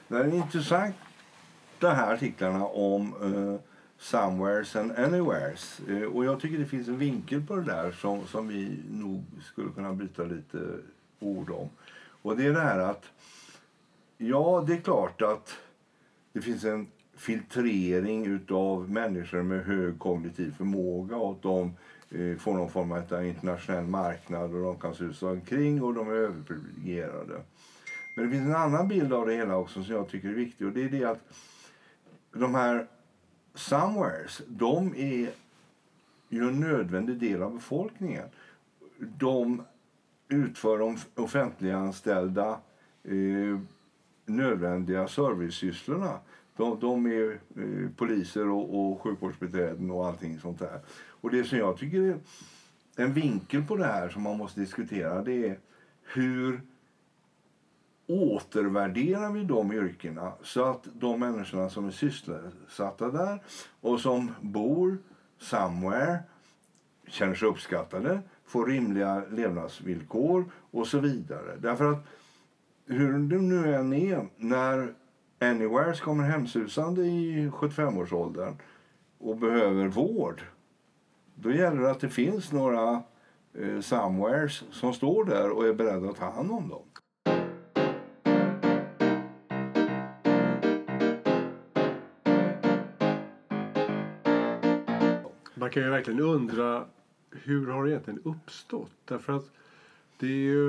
Det är intressant, de här artiklarna om somewheres and anywheres. Och jag tycker det finns en vinkel på det där som vi nog skulle kunna byta lite ord om. Och det är det här att, ja, det är klart att det finns en filtrering utav människor med hög kognitiv förmåga och att de får någon form av internationell marknad och de kan susa omkring och de är överprivilegierade. Men det finns en annan bild av det hela också som jag tycker är viktig, och det är det att de här somewheres, de är ju en nödvändig del av befolkningen. De utför de offentliganställda nödvändiga servicesysslorna. De är poliser och sjukvårdsbiträden och allting sånt där. Och det som jag tycker är en vinkel på det här som man måste diskutera, det är hur återvärderar vi de yrkena så att de människorna som är sysselsatta där och som bor somewhere känner sig uppskattade, får rimliga levnadsvillkor och så vidare. Därför att hur det nu än är, när anywheres kommer hemsusande i 75-årsåldern och behöver vård, då gäller det att det finns några somewheres som står där och är beredda att ta hand om dem. Man kan ju verkligen undra hur har det egentligen uppstått? Därför att det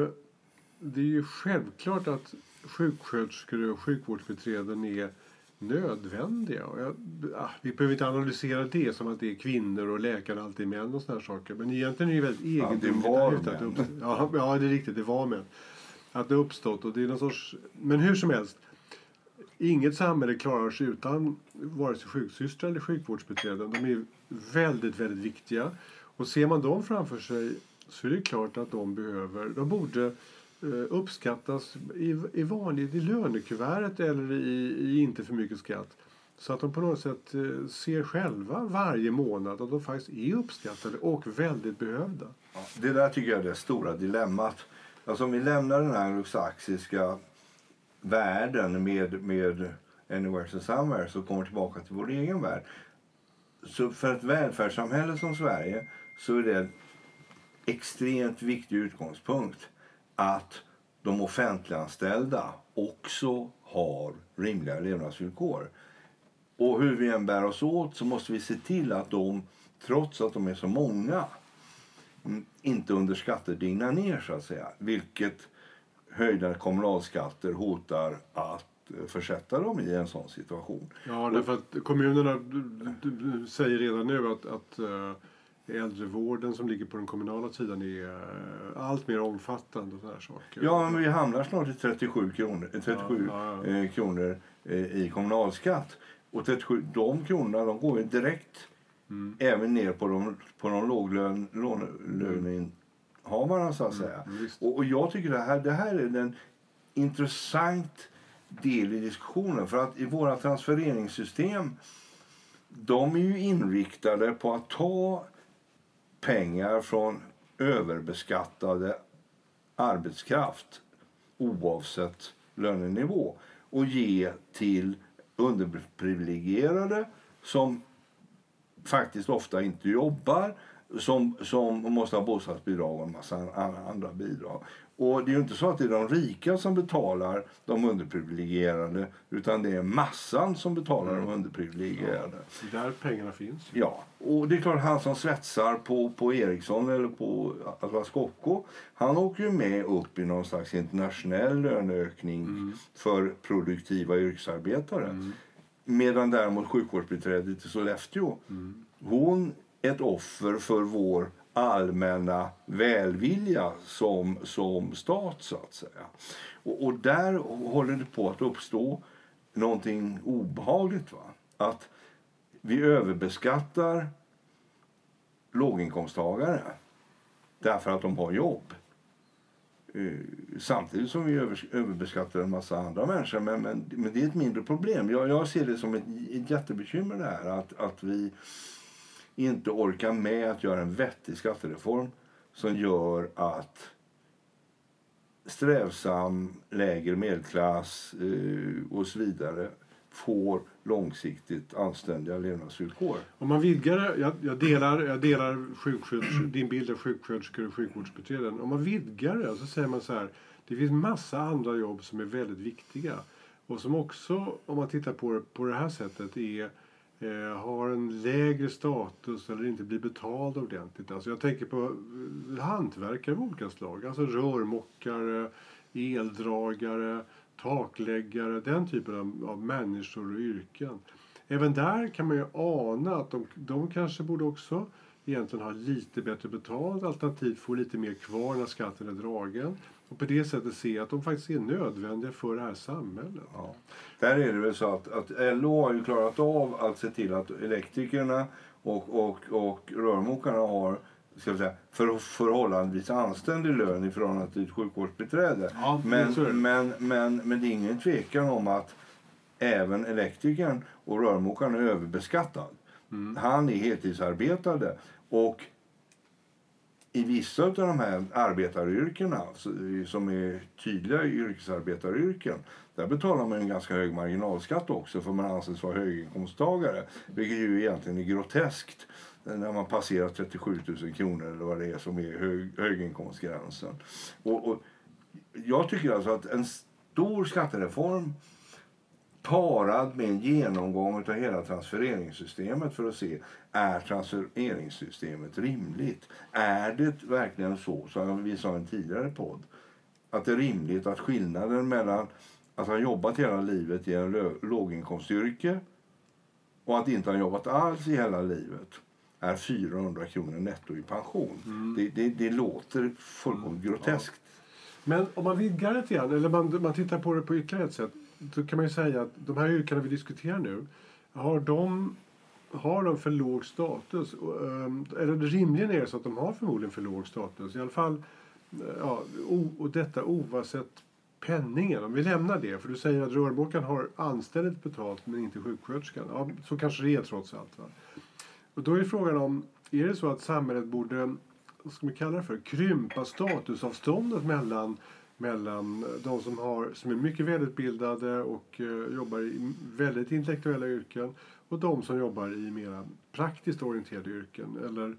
är ju självklart att sjuksköterskor och sjukvårdsbiträden är nödvändiga. Vi behöver inte analysera det som att det är kvinnor och läkare alltid män och sådana saker. Men egentligen är det väldigt egendomligt. Ja, det är riktigt. Det var män. Att det uppstått. Och det är någon sorts, men hur som helst. Inget samhälle klarar sig utan vare sig sjuksystrar eller sjukvårdsbiträden. De är väldigt, väldigt viktiga. Och ser man dem framför sig så är det klart att de borde uppskattas i vanligt i lönekuvertet eller i inte för mycket skatt. Så att de på något sätt ser själva varje månad att de faktiskt är uppskattade och väldigt behövda. Ja, det där tycker jag är det stora dilemmat. Alltså om vi lämnar den här anglosaxiska världen med anywheres and somewheres och kommer tillbaka till vår egen värld. Så för ett välfärdssamhälle som Sverige så är det en extremt viktig utgångspunkt att de offentliganställda också har rimliga levnadsvillkor. Och hur vi än bär oss åt så måste vi se till att de, trots att de är så många, inte under skatter dignar ner så att säga. Vilket höjda kommunalskatter hotar att försätta dem i en sån situation. Ja, därför att kommunerna säger redan nu att äldrevården som ligger på den kommunala sidan är allt mer omfattande och sådana saker. Ja, men vi hamnar snart i 37 kronor i kommunalskatt. Och 37, de kronorna de går ju direkt även ner på de låglöneinnehavarna så att säga. Och jag tycker det här är en intressant del i diskussionen. För att i våra transfereringssystem, de är ju inriktade på att ta pengar från överbeskattade arbetskraft oavsett lönenivå och ge till underprivilegierade som faktiskt ofta inte jobbar, som måste ha bostadsbidrag och en massa andra bidrag. Och det är ju inte så att det är de rika som betalar de underprivilegierade, utan det är massan som betalar de underprivilegierade. Ja, där pengarna finns. Ja, och det är klart han som svetsar på Ericsson eller på Atlas Copco, han åker ju med upp i någon slags internationell löneökning för produktiva yrkesarbetare. Medan däremot sjukvårdsbiträdet i Sollefteå, hon är ett offer för vår allmänna välvilja som stat så att säga. Och där håller det på att uppstå någonting obehagligt, va? Att vi överbeskattar låginkomsttagare därför att de har jobb. Samtidigt som vi överbeskattar en massa andra människor. Men det är ett mindre problem. Jag ser det som ett jättebekymmer det här. Att vi inte orkar med att göra en vettig skattereform som gör att strävsam lägre medelklass och så vidare får långsiktigt anständiga levnadsvillkor. Om man vidgar det, jag delar din bild av sjuksköterskor och sjukvårdsbiträden. Om man vidgar det så säger man så här, det finns massa andra jobb som är väldigt viktiga. Och som också, om man tittar på det här sättet, har en lägre status eller inte blir betald ordentligt. Alltså jag tänker på hantverkare av olika slag. Alltså rörmockare, eldragare, takläggare, den typen av människor och yrken. Även där kan man ju ana att de kanske borde också egentligen ha lite bättre betalt, alternativt få lite mer kvar när skatten är dragen. Och på det sättet se att de faktiskt är nödvändiga för det här samhället. Ja. Där är det väl så att LO har ju klarat av att se till att elektrikerna och rörmokarna har, ska säga, förhållandevis anständig lön i förhållande till ett sjukvårdsbiträde. Ja, men det är ingen tvekan om att även elektrikern och rörmokaren är överbeskattad. Han är heltidsarbetande och i vissa av de här arbetaryrkena som är tydliga yrkesarbetaryrken, där betalar man en ganska hög marginalskatt också för man anses vara höginkomsttagare. Vilket ju egentligen är groteskt när man passerar 37 000 kronor eller vad det är som är höginkomstgränsen. Och jag tycker alltså att en stor skattereform parad med en genomgång av hela transfereringssystemet för att se, är transfereringssystemet rimligt? Är det verkligen så, som vi sa i en tidigare podd, att det är rimligt att skillnaden mellan att ha jobbat hela livet i en låginkomstyrke och att inte ha jobbat alls i hela livet är 400 kronor netto i pension? Det låter fullkomligt groteskt. Men om man vidgar det igen, eller man tittar på det på ytterligare ett sätt, så kan man ju säga att de här yrkena vi diskuterar nu, har de för låg status? Eller rimligen är det så att de har förmodligen för låg status. I alla fall, och detta oavsett penningen. Om vi lämnar det, för du säger att rörmokaren har anständigt betalt men inte sjuksköterskan. Ja, så kanske det är trots allt. Va? Och då är frågan om, är det så att samhället borde, vad ska vi kalla det för, krympa statusavståndet mellan de som är mycket välutbildade och jobbar i väldigt intellektuella yrken och de som jobbar i mer praktiskt orienterade yrken. Eller,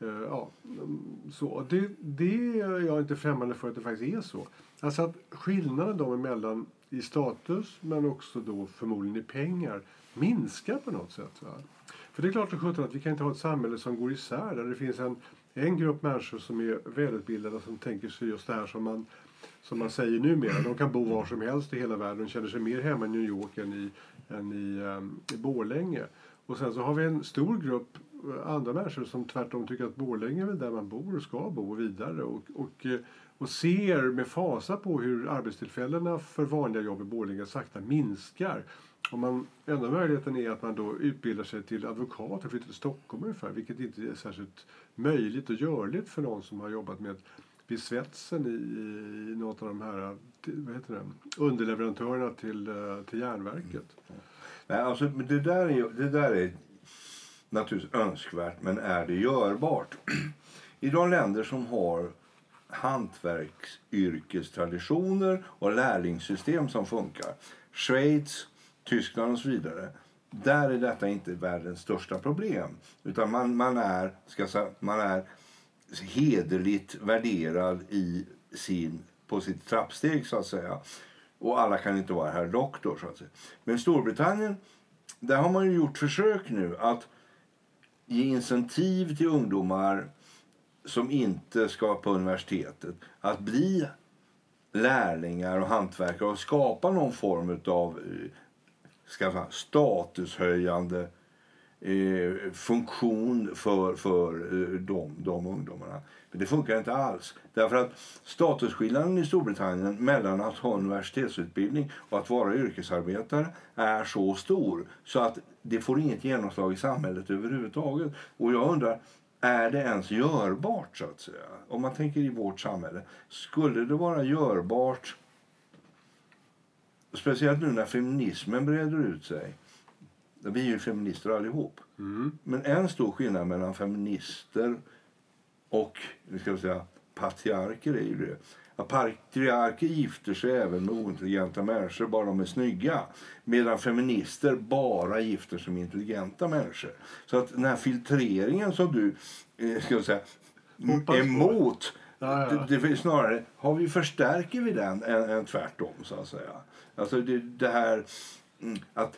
så. Det är jag inte främmande för att det faktiskt är så. Alltså att skillnaden dem emellan i status men också då förmodligen i pengar minskar på något sätt. Va? För det är klart att vi kan inte ha ett samhälle som går isär där det finns en grupp människor som är välutbildade som tänker sig just det här som man säger numera. De kan bo var som helst i hela världen och känner sig mer hemma i New York än i Borlänge. Och sen så har vi en stor grupp andra människor som tvärtom tycker att Borlänge är där man bor och ska bo vidare. Och ser med fasa på hur arbetstillfällena för vanliga jobb i Borlänge sakta minskar. Enda möjligheten är att man då utbildar sig till advokat och flyttar till Stockholm ungefär. Vilket inte är särskilt möjligt och görligt för någon som har jobbat vid svetsen i något av de här underleverantörerna till järnverket. Nej, alltså, det där är naturligtvis önskvärt, men är det görbart? I de länder som har hantverksyrkestraditioner och lärlingssystem som funkar, Schweiz, Tyskland och så vidare, där är detta inte världens största problem. Utan man är hederligt värderad på sitt trappsteg så att säga. Och alla kan inte vara herr doktor så att säga. Men i Storbritannien, där har man ju gjort försök nu att ge incentiv till ungdomar som inte ska på universitetet att bli lärlingar och hantverkare och skapa någon form av statushöjande funktion för de ungdomarna. Men det funkar inte alls. Därför att statusskillnaden i Storbritannien mellan att ha universitetsutbildning och att vara yrkesarbetare är så stor så att det får inget genomslag i samhället överhuvudtaget. Och jag undrar, är det ens görbart så att säga? Om man tänker i vårt samhälle, skulle det vara görbart, speciellt nu när feminismen breder ut sig? Vi är ju feminister allihop. Men en stor skillnad mellan feminister och patriarker är ju det att patriarker gifter sig även med ointelligenta människor bara de är snygga. Medan feminister bara gifter sig med intelligenta människor. Så att den här filtreringen som du ska jag säga, emot, det är snarare förstärker vi den än tvärtom så att säga. Alltså det här att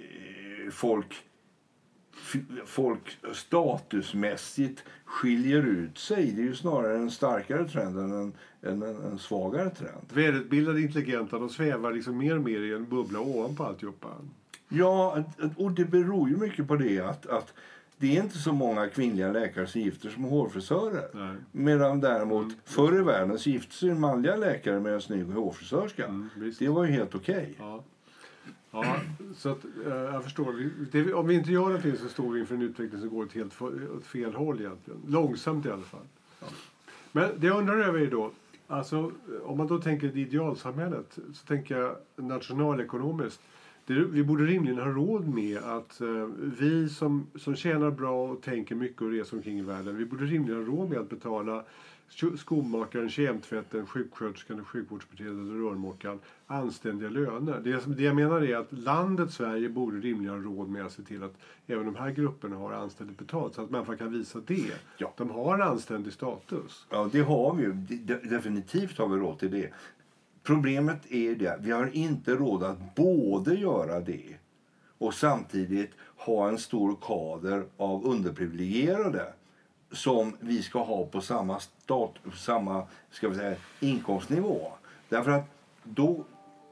folk statusmässigt skiljer ut sig. Det är ju snarare en starkare trend än en svagare trend. Välutbildade, intelligenta, de svävar liksom mer och mer i en bubbla ovanpå alltihopa. Ja, och det beror ju mycket på det att det är inte så många kvinnliga läkare som gifter sig med hårfrisörer. Nej. Medan däremot förr i världen så gifte sig manliga läkare med en snygg hårfrisörska. Det var ju helt okej. Ja. Ja, så att, jag förstår. Om vi inte gör någonting så står vi inför en utveckling som går åt fel håll egentligen. Långsamt i alla fall. Ja. Men det jag undrar över är då, alltså, om man då tänker det idealsamhället så tänker jag nationalekonomiskt. Vi borde rimligen ha råd med att vi som tjänar bra och tänker mycket och reser omkring i världen, vi borde rimligen ha råd med att betala skomakaren, kemtvätten, sjuksköterskan, sjukvårdsbiträdet och rörmokaren anständiga löner. Det jag menar är att landet Sverige borde rimligen ha råd med att se till att även de här grupperna har anständigt betalt så att människor kan visa det. Ja. De har en anständig status. Ja, det har vi ju. Definitivt har vi råd till det. Problemet är det, vi har inte råd att både göra det och samtidigt ha en stor kader av underprivilegierade som vi ska ha på samma ska vi säga, inkomstnivå. Därför att då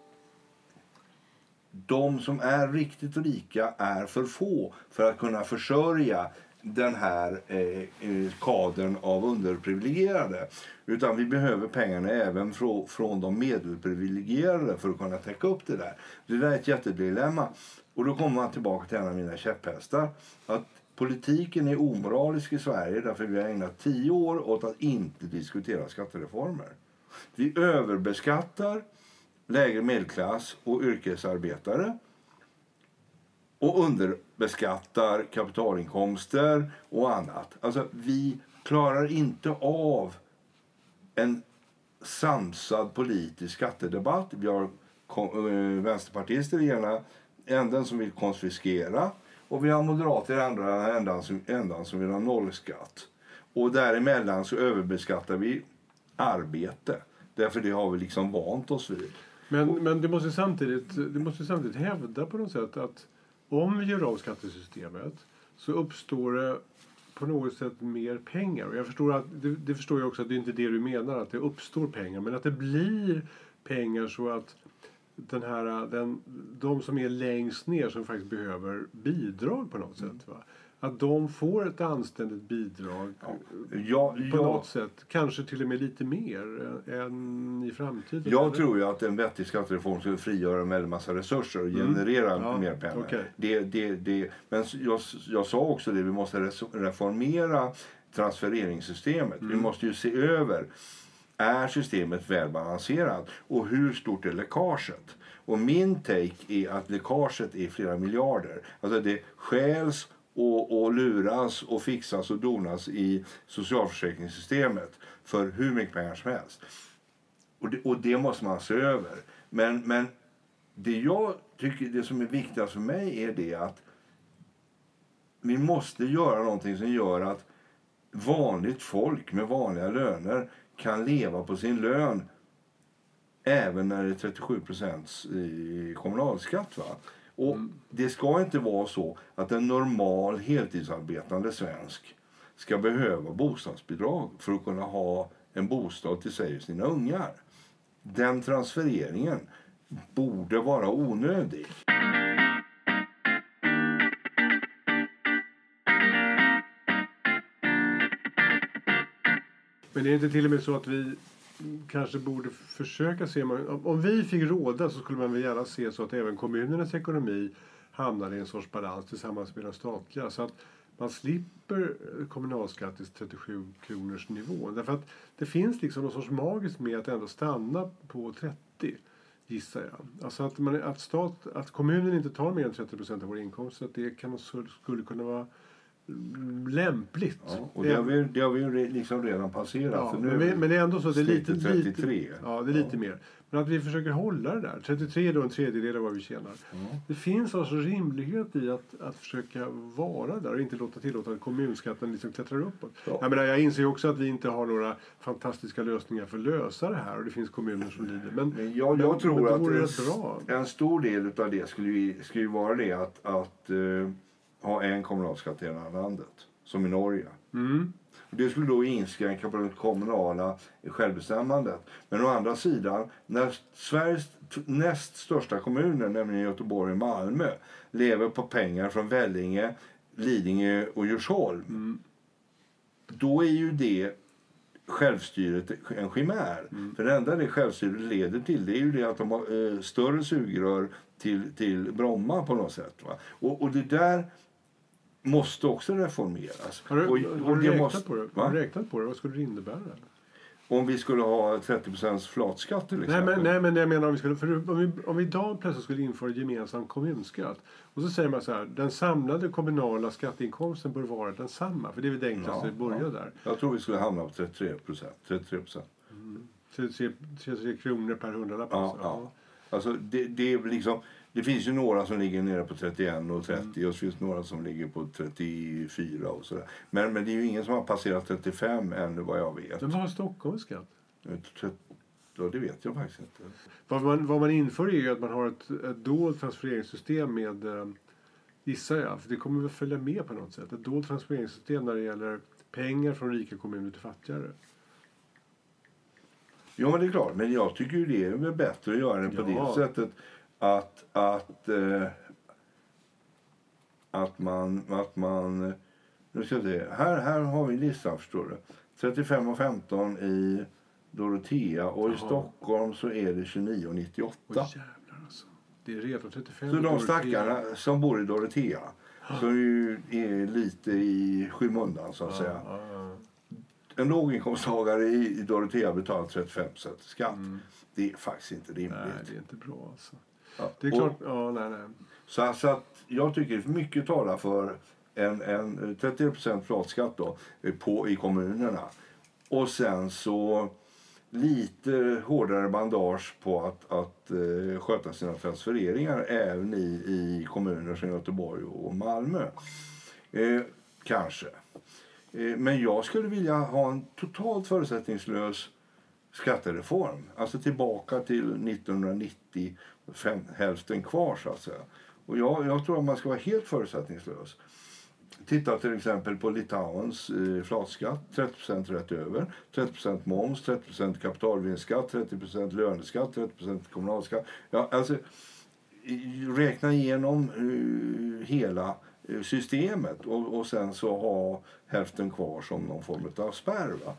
de som är riktigt rika är för få för att kunna försörja den här kadern av underprivilegierade. Utan vi behöver pengarna även från de medelprivilegierade för att kunna täcka upp det där. Det där är ett jättedilemma. Och då kommer man tillbaka till en av mina käpphästar. Att politiken är omoralisk i Sverige därför vi har ägnat 10 år åt att inte diskutera skattereformer. Vi överbeskattar lägre medelklass och yrkesarbetare. Och underbeskattar kapitalinkomster och annat. Alltså vi klarar inte av en sansad politisk skattedebatt. Vi har vänsterpartister i ena änden som vill konfiskera. Och vi har moderater i andra ändan som vill ha nollskatt. Och däremellan så överbeskattar vi arbete. Därför det har vi liksom vant oss vid. Men det måste samtidigt hävda på något sätt att om vi gör av skattesystemet så uppstår det på något sätt mer pengar. Och jag förstår att det förstår jag också att det är inte det du menar att det uppstår pengar, men att det blir pengar så att de som är längst ner som faktiskt behöver bidrag på något sätt, va? Att de får ett anständigt bidrag på något sätt. Kanske till och med lite mer än i framtiden. Jag tror ju att en vettig skattereform skulle frigöra med en massa resurser och generera mer pengar. Okay. Men jag sa också det, vi måste reformera transfereringssystemet. Vi måste ju se över, är systemet välbalanserat och hur stort är läckaget? Och min take är att läckaget är flera miljarder. Alltså det stjäls och luras och fixas och donas i socialförsäkringssystemet för hur mycket pengar som helst. Och det måste man se över. Men det jag tycker, det som är viktigast för mig är det att vi måste göra någonting som gör att vanligt folk med vanliga löner kan leva på sin lön även när det är 37% i kommunalskatt, va? Och det ska inte vara så att en normal heltidsarbetande svensk ska behöva bostadsbidrag för att kunna ha en bostad till sig och sina ungar. Den transfereringen borde vara onödig. Men det är inte till och med så att vi kanske borde försöka se, om vi fick råda så skulle man väl gärna se så att även kommunernas ekonomi hamnar i en sorts balans tillsammans med den statliga, så att man slipper kommunalskatt i 37 kronors nivå. Därför att det finns liksom någon sorts magiskt med att ändå stanna på 30, gissar jag. Alltså att kommunen inte tar mer än 30% av vår inkomst, så att det skulle kunna vara lämpligt. Ja, och det har vi ju liksom redan passerat. Ja, för nu men det är ändå så att det är lite 33. Ja, det är lite mer. Men att vi försöker hålla det där. 33 är då en tredjedel av vad vi tjänar. Det finns alltså rimlighet i att försöka vara där och inte tillåta att kommunskatten liksom klättrar uppåt. Ja. Jag inser också att vi inte har några fantastiska lösningar för att lösa det här. Och det finns kommuner som lider. Men jag tror att en stor del av det skulle ju vara det att ha en kommunalskatt i hela landet. Som i Norge. Mm. Det skulle då inskränka på det kommunala självbestämmandet. Men å andra sidan, när Sveriges näst största kommuner, nämligen Göteborg och Malmö, lever på pengar från Vellinge, Lidingö och Djursholm, då är ju det självstyret en chimär. För det enda det självstyret leder till, det är ju det att de har större sugrör till Bromma på något sätt. Va? Och det där måste också reformeras. Har du räknat på det? Vad skulle det innebära? Om vi skulle ha 30% flatskatt till exempel. Nej, men jag menar om vi idag plötsligt skulle införa gemensam kommunskatt. Och så säger man så här, den samlade kommunala skatteinkomsten bör vara densamma. För det är väl det enklaste att börja där. Jag tror vi skulle hamna på 33%. 33 kronor per hundralapp. Ja. Alltså det är liksom... Det finns ju några som ligger nere på 31 och 30 och så finns några som ligger på 34 och sådär. Men det är ju ingen som har passerat 35 ännu vad jag vet. Men vad har Stockholms skatt? Ja, det vet jag faktiskt inte. Vad man inför är ju att man har ett dolt transfereringssystem med, gissar jag, för det kommer väl följa med på något sätt. Ett dolt transfereringssystem när det gäller pengar från rika kommuner till fattigare. Ja, men det är klart. Men jag tycker ju det är bättre att göra det på det sättet. Att man nu ska vi se, här har vi listan, förstår du. 35 och 15 i Dorotea och i Stockholm så är det 29,98. Jävlar alltså. Det är redan 35. Så de stackarna som bor i Dorotea så är lite i skymundan så att säga. En låginkomsttagare i Dorotea betalar 35% skatt. Det är faktiskt inte rimligt. Nej, det är inte bra alltså. Ja. Det är klart, nej. Så att jag tycker mycket talar för en 30% flatskatt då, i kommunerna. Och sen så lite hårdare bandage på att sköta sina transfereringar även i kommuner som Göteborg och Malmö. Kanske. Men jag skulle vilja ha en totalt förutsättningslös skattereform. Alltså tillbaka till 1990, hälften kvar så att säga. Och jag tror att man ska vara helt förutsättningslös. Titta till exempel på Litauens flatskatt, 30% rätt över, 30% moms, 30% kapitalvinstskatt, 30% löneskatt, 30% kommunalskatt. Ja, alltså, räkna igenom hela systemet och sen så ha hälften kvar som någon form av spärr. Va?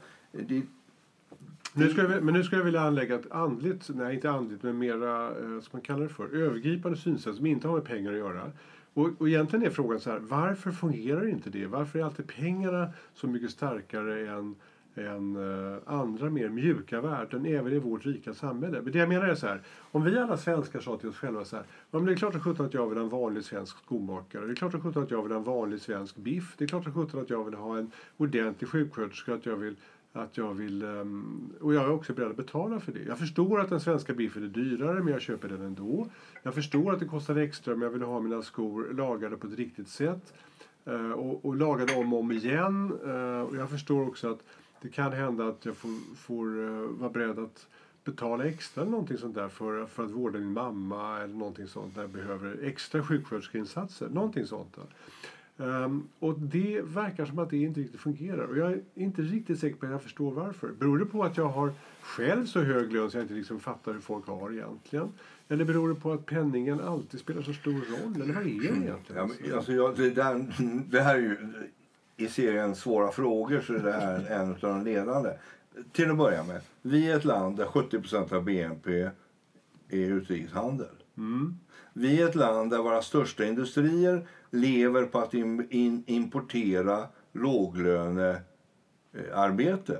Nu skulle jag vilja anlägga ett andligt, nej inte andligt men mera, som man kallar det för, övergripande synsätt som inte har med pengar att göra. Och egentligen är frågan så här, varför fungerar inte det? Varför är alltid pengarna så mycket starkare än andra mer mjuka värden även i vårt rika samhälle? Men det jag menar är så här, om vi alla svenskar sa till oss själva så här, men det är klart att jag vill ha en vanlig svensk skomakare, det är klart att jag vill ha en vanlig svensk biff, det är klart att jag vill ha en ordentlig sjuksköterska, att jag vill och jag är också beredd att betala för det. Jag förstår att den svenska biffen är dyrare, men jag köper den ändå. Jag förstår att det kostar extra, men jag vill ha mina skor lagade på ett riktigt sätt. Och lagade om och om igen. Och jag förstår också att det kan hända att jag får vara beredd att betala extra eller någonting sånt där för att vårda min mamma eller någonting sånt där jag behöver extra sjuksköterskeinsatser. Någonting sånt där. Och det verkar som att det inte riktigt fungerar. Och jag är inte riktigt säker på att jag förstår varför. Beror det på att jag har själv så hög lön så jag inte liksom fattar hur folk har egentligen? Eller beror det på att penningen alltid spelar så stor roll? Eller vad är det egentligen? Ja, men, alltså, det här är ju i serien svåra frågor, så det här är en av de ledande. Till att börja med, vi är ett land där 70% av BNP är utrikeshandel. Vi är ett land där våra största industrier lever på att importera låglönearbete.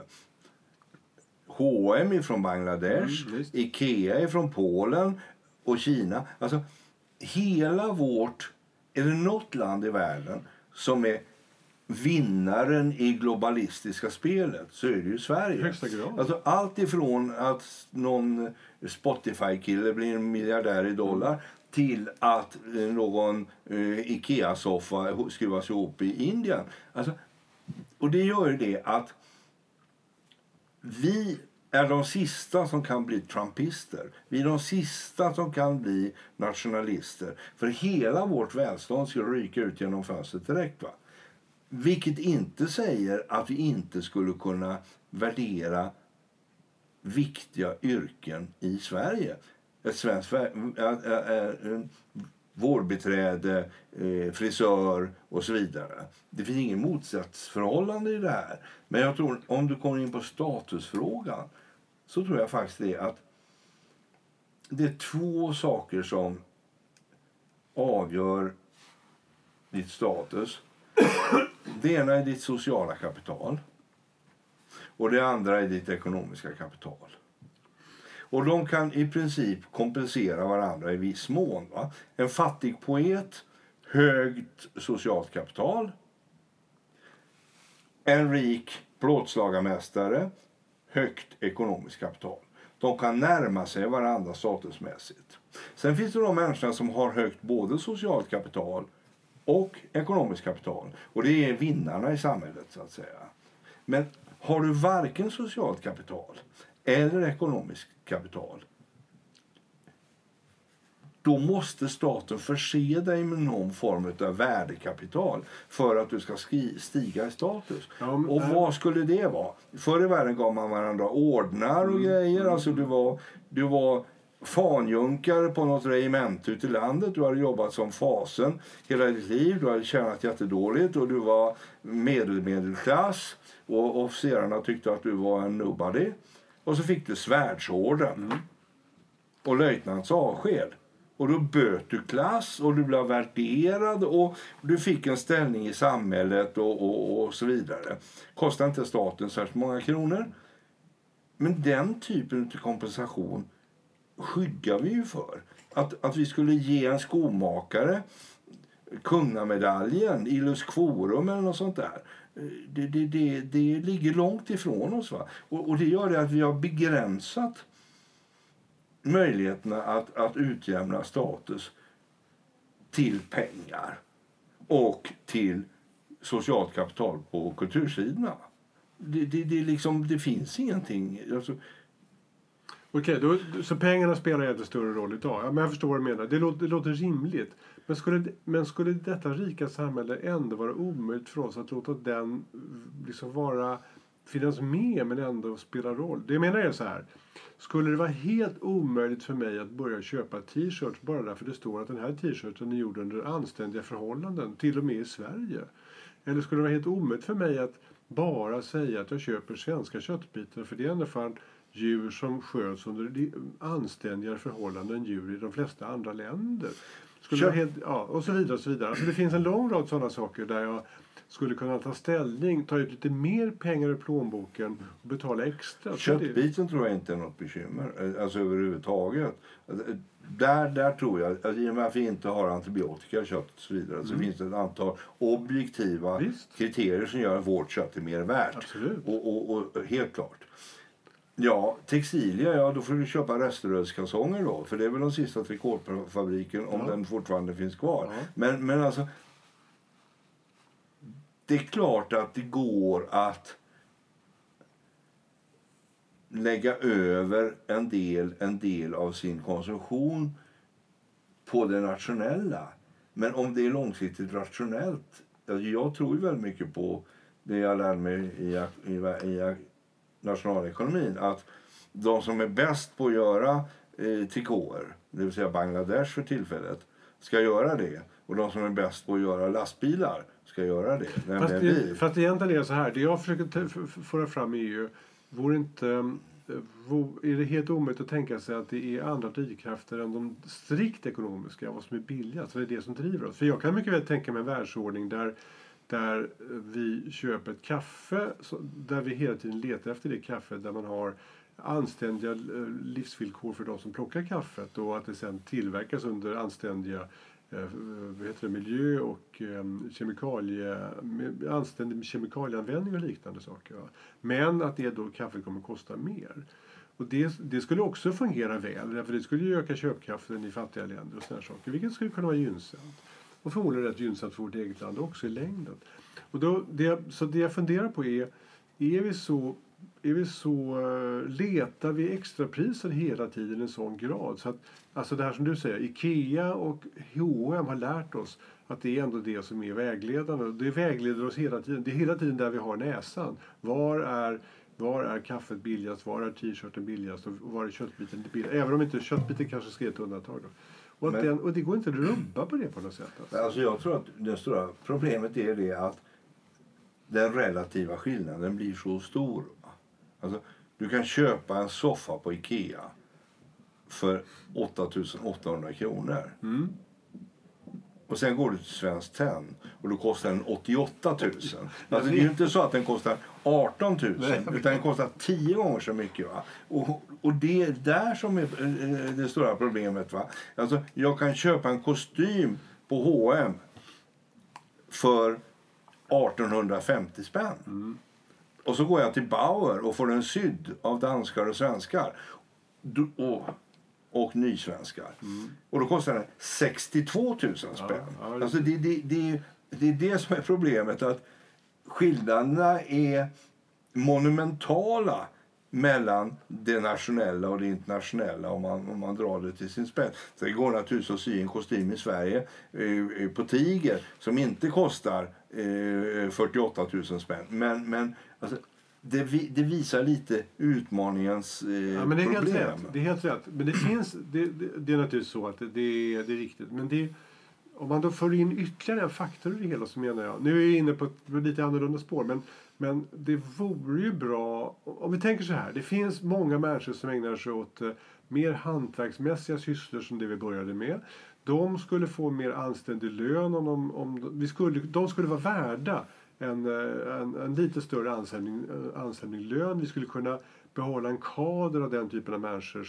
H&M är från Bangladesh, Ikea är från Polen och Kina. Alltså hela är det något land i världen som är vinnaren i globalistiska spelet så är det ju Sverige. Högsta grad. Alltså allt ifrån att någon Spotify-kille blir en miljardär i dollar till att någon Ikea-soffa skruvas ihop i Indien. Alltså, och det gör ju det att vi är de sista som kan bli trumpister. Vi är de sista som kan bli nationalister. För hela vårt välstånd ska ryka ut genom fönstret direkt. Va? Vilket inte säger att vi inte skulle kunna värdera viktiga yrken i Sverige. Ett svenskt vårdbiträde, frisör och så vidare. Det finns ingen motsatsförhållande i det här. Men jag tror, om du kommer in på statusfrågan, så tror jag faktiskt det är två saker som avgör ditt status. Det ena är ditt sociala kapital och det andra är ditt ekonomiska kapital. Och de kan i princip kompensera varandra i viss mån. Va? En fattig poet, högt socialt kapital. En rik plåtslagarmästare, högt ekonomiskt kapital. De kan närma sig varandra statusmässigt. Sen finns det de människor som har högt både socialt kapital och ekonomiskt kapital. Och det är vinnarna i samhället så att säga. Men har du varken socialt kapital eller ekonomiskt kapital, då måste staten förse dig med någon form av värdekapital för att du ska stiga i status. Och vad skulle det vara? Förr i världen gav man varandra ordnar och grejer. Alltså du var fanjunkare på något regemente ute i landet. Du hade jobbat som fasen hela ditt liv. Du hade tjänat jättedåligt och du var medelklass. Och officerarna tyckte att du var en nobody. Och så fick du svärdsorden och löjtnants avsked. Och då böt du klass och du blev värderad och du fick en ställning i samhället och så vidare. Kostade inte staten särskilt många kronor. Men den typen av kompensation skyggar vi ju för. Att vi skulle ge en skomakare kungamedaljen, Illus Quorum eller något sånt där. Det ligger långt ifrån oss. Va? Och det gör det att vi har begränsat möjligheterna att utjämna status till pengar och till socialt kapital på kultursidorna. Det finns ingenting. Alltså. Okej, så pengarna spelar inte större roll idag. Ja, men jag förstår vad du menar. Det låter rimligt. Men skulle detta rika samhälle ändå vara omöjligt för oss att låta den liksom finnas med men ändå spela roll? Det menar jag så här. Skulle det vara helt omöjligt för mig att börja köpa t-shirts bara därför det står att den här t-shirten är gjord under anständiga förhållanden, till och med i Sverige? Eller skulle det vara helt omöjligt för mig att bara säga att jag köper svenska köttbitar, för det är i alla fall djur som sköts under anständiga förhållanden än djur i de flesta andra länder? Och så vidare och så vidare. Alltså det finns en lång rad sådana saker där jag skulle kunna ta ställning, ta ut lite mer pengar ur plånboken och betala extra. Köttbiten tror jag inte är något bekymmer, alltså överhuvudtaget. Där tror jag, alltså, i och med att vi inte har antibiotika, kött och så vidare, så finns det ett antal objektiva kriterier som gör att vårt kött är mer värt. Absolut. Och helt klart. Ja, textilier, då får du köpa resterödskalsonger då. För det är väl den sista trikåfabriken om den fortfarande finns kvar. Ja. Men alltså, det är klart att det går att lägga över en del av sin konsumtion på det nationella. Men om det är långsiktigt rationellt, alltså jag tror ju väldigt mycket på det jag lärde mig i nationalekonomin, att de som är bäst på att göra trikåer, det vill säga Bangladesh för tillfället, ska göra det. Och de som är bäst på att göra lastbilar ska göra det. Fast egentligen är det så här, det jag försöker föra fram är ju, är det helt omöjligt att tänka sig att det är andra drivkrafter än de strikt ekonomiska, vad som är billigast, det är det som driver oss. För jag kan mycket väl tänka mig en världsordning där vi köper ett kaffe, där vi hela tiden letar efter det kaffet, där man har anständiga livsvillkor för de som plockar kaffet och att det sen tillverkas under anständiga miljö och anständig kemikalieanvändning och liknande saker. Va? Men att det då kaffet kommer kosta mer. Och det skulle också fungera väl, för det skulle ju öka köpkraften i fattiga länder och sådana saker, vilket skulle kunna vara gynnsamt. Och förmodligen rätt gynnsamt för vårt eget land också i längden. Och så det jag funderar på är letar vi extrapriser hela tiden i en sån grad så att, alltså det här som du säger, Ikea och H&M har lärt oss att det är ändå det som är vägledande. Det vägleder oss hela tiden. Det är hela tiden där vi har näsan. Var är kaffet billigast? Var är t-shirten billigast? Och var är köttbiten billigast? Även om inte köttbiten kanske ska ge ett undantag då. Och det går inte att rubba på det på något sätt. Alltså jag tror att det stora problemet är det att den relativa skillnaden blir så stor. Alltså, du kan köpa en soffa på Ikea för 8 800 kronor. Mm. Och sen går du till Svenskt Tenn och då kostar den 88 000. Alltså, det är ju inte så att den kostar 18 000 utan den kostar 10 gånger så mycket. Va? Och det är där som är det stora problemet. Va? Alltså, jag kan köpa en kostym på H&M för 1850 spänn. Mm. Och så går jag till Bauer och får den sydd av danskar och svenskar. Och nysvenskar. Mm. Och då kostar den 62 000 spänn. Ja, alltså det är det som är problemet. Att skillnaderna är monumentala mellan det nationella och det internationella om man drar det till sin spets. Så det går naturligtvis att sy en kostym i Sverige på Tiger som inte kostar 48 000 spänn. Men alltså, det visar lite utmaningens men det är problem. Helt rätt. Det är helt rätt. Men det finns, det är naturligtvis så att det är riktigt. Men om man då får in ytterligare en faktor i det hela så menar jag. Nu är jag inne på ett lite annorlunda spår. Men det vore ju bra. Om vi tänker så här. Det finns många människor som ägnar sig åt mer hantverksmässiga sysslor som det vi började med. De skulle få mer anständig lön de skulle vara värda en lite större anställning lön. Vi skulle kunna behålla en kader av den typen av människor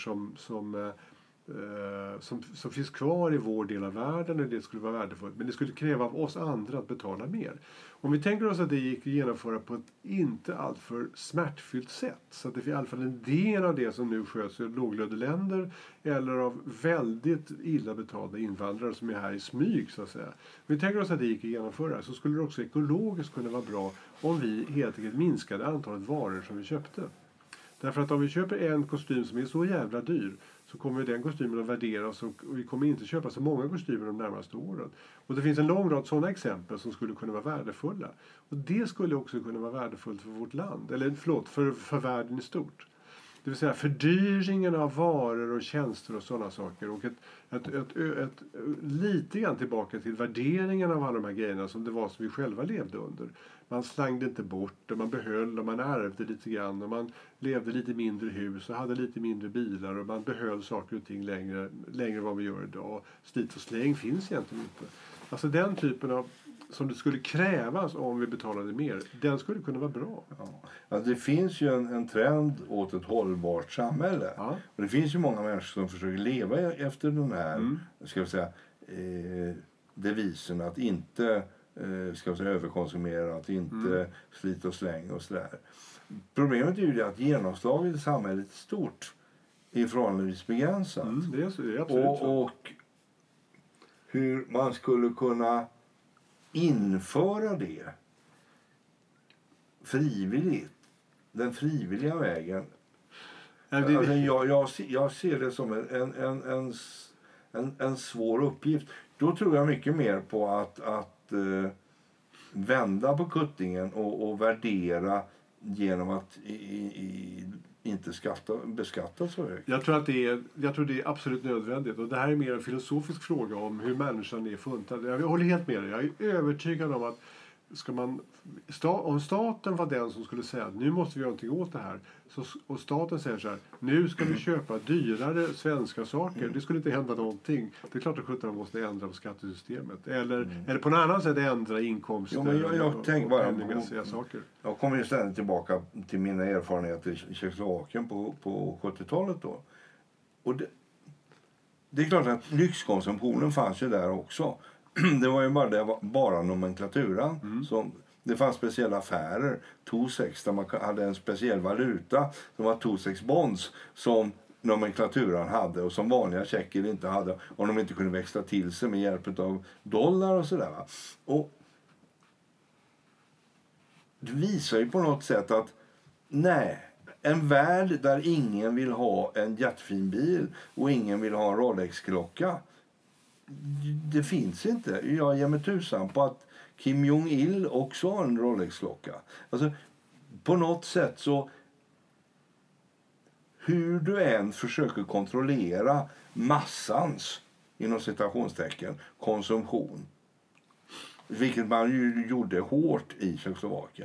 som finns kvar i vår del av världen, och det skulle vara värdefullt. Men det skulle kräva av oss andra att betala mer. Om vi tänker oss att det gick att genomföra på ett inte alltför smärtfyllt sätt, så att det är i alla fall en del av det som nu sköts i låglöneländer eller av väldigt illa betalda invandrare som är här i smyg så att säga. Om vi tänker oss att det gick att genomföra, så skulle det också ekologiskt kunna vara bra om vi helt enkelt minskade antalet varor som vi köpte. Därför att om vi köper en kostym som är så jävla dyr, så kommer den kostymen att värderas och vi kommer inte köpa så många kostymer de närmaste åren. Och det finns en lång rad sådana exempel som skulle kunna vara värdefulla. Och det skulle också kunna vara värdefullt för vårt land, eller för världen i stort. Det vill säga fördyringen av varor och tjänster och sådana saker. Och ett lite grann tillbaka till värderingen av alla de här grejerna som det var som vi själva levde under. Man slängde inte bort och man behöll och man ärvde lite grann och man levde lite mindre hus och hade lite mindre bilar och man behöll saker och ting längre än vad vi gör idag. Slit och släng finns egentligen inte. Alltså den typen av som det skulle krävas om vi betalade mer, den skulle kunna vara bra. Ja. Alltså det finns ju en trend åt ett hållbart samhälle. Ja. Och det finns ju många människor som försöker leva efter den här ska vi säga, devisen att inte ska vi säga, överkonsumera, att inte slita och släng och sådär. Problemet är ju det att genomslaget i samhället är stort är förhållandevis begränsat. Det är absolut så. Och hur man skulle kunna införa det frivilligt, den frivilliga vägen. Alltså jag ser det som en svår uppgift. Då tror jag mycket mer på att vända på kuttingen och värdera genom att inte beskatta så högt. Jag tror det är absolut nödvändigt. Och det här är mer en filosofisk fråga om hur människan är funtad. Jag håller helt med dig. Jag är övertygad om att om staten var den som skulle säga att nu måste vi göra någonting åt det här. Och staten säger så här, nu ska vi köpa dyrare svenska saker. Det skulle inte hända någonting. Det är klart att man måste ändra på skattesystemet. Eller på något annat sätt ändra inkomster. Jo, men jag tänker bara saker. Jag kommer ju ständigt tillbaka till mina erfarenheter i Tjeckoslovakien på 70-talet då. Och det är klart att lyxkonsumtionen fanns ju där också. Det var ju bara nomenklaturan. Det fanns speciella affärer, Tossex, där man hade en speciell valuta som var Tossex bonds som nomenklaturan hade och som vanliga tjecker inte hade om de inte kunde växla till sig med hjälp av dollar och sådär. Och det visar ju på något sätt att en värld där ingen vill ha en jättefin bil och ingen vill ha en Rolex-klocka, det finns inte. Jag ger mig tusan på att Kim Jong-il också har en Rolex-klocka. Alltså, på något sätt så, hur du än försöker kontrollera massans, inom citationstecken, konsumtion, vilket man ju gjorde hårt i Tjeckoslovakien,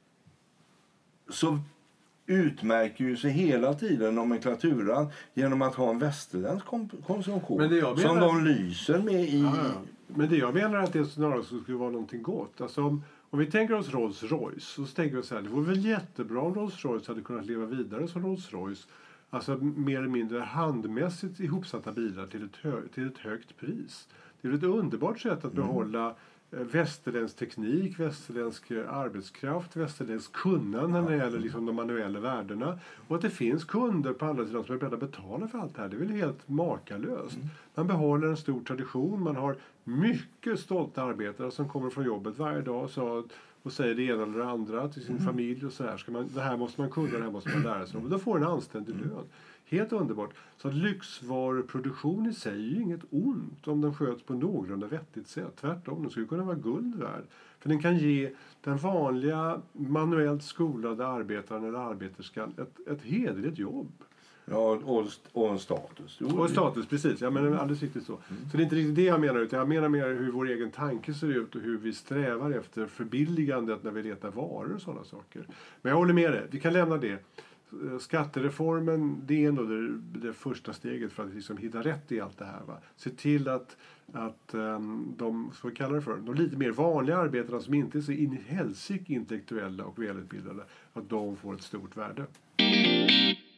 så utmärker ju sig hela tiden nomenklaturan genom att ha en västerländsk konsumtion som de lyser med i. Men det jag menar att det snarare skulle vara någonting gott. Alltså om vi tänker oss Rolls-Royce, så tänker vi så här: det vore väl jättebra om Rolls-Royce hade kunnat leva vidare som Rolls-Royce. Alltså mer eller mindre handmässigt ihopsatta bilar till ett högt pris. Det är ett underbart sätt att behålla västerländsk teknik, västerländsk arbetskraft, västerländsk kunnande när det gäller liksom de manuella värdena. Och att det finns kunder på andra sidan som är beredda att betala för allt det här. Det är väl helt makalöst. Man behåller en stor tradition. Man har mycket stolta arbetare som kommer från jobbet varje dag och säger det ena eller det andra till sin familj. Och så här. Det här måste man kunna, det här måste man lära sig. Och då får en anständig lön. Helt underbart. Så att lyxvaruproduktion i sig är ju inget ont om den sköts på någorlunda vettigt sätt. Tvärtom, den skulle kunna vara guld värd. För den kan ge den vanliga manuellt skolade arbetaren eller arbeterskan ett hederligt jobb. Ja, och en status. Och status, precis. Ja, men alldeles riktigt så. Så det är inte riktigt det jag menar, utan jag menar mer hur vår egen tanke ser ut och hur vi strävar efter förbilligandet när vi letar varor och sådana saker. Men jag håller med dig, vi kan lämna det. Skattereformen, det är ändå det första steget för att liksom hitta rätt i allt det här. Va? Se till att de, så vi kallar det för, de lite mer vanliga arbetarna som inte är så in i helsike intellektuella och välutbildade, att de får ett stort värde.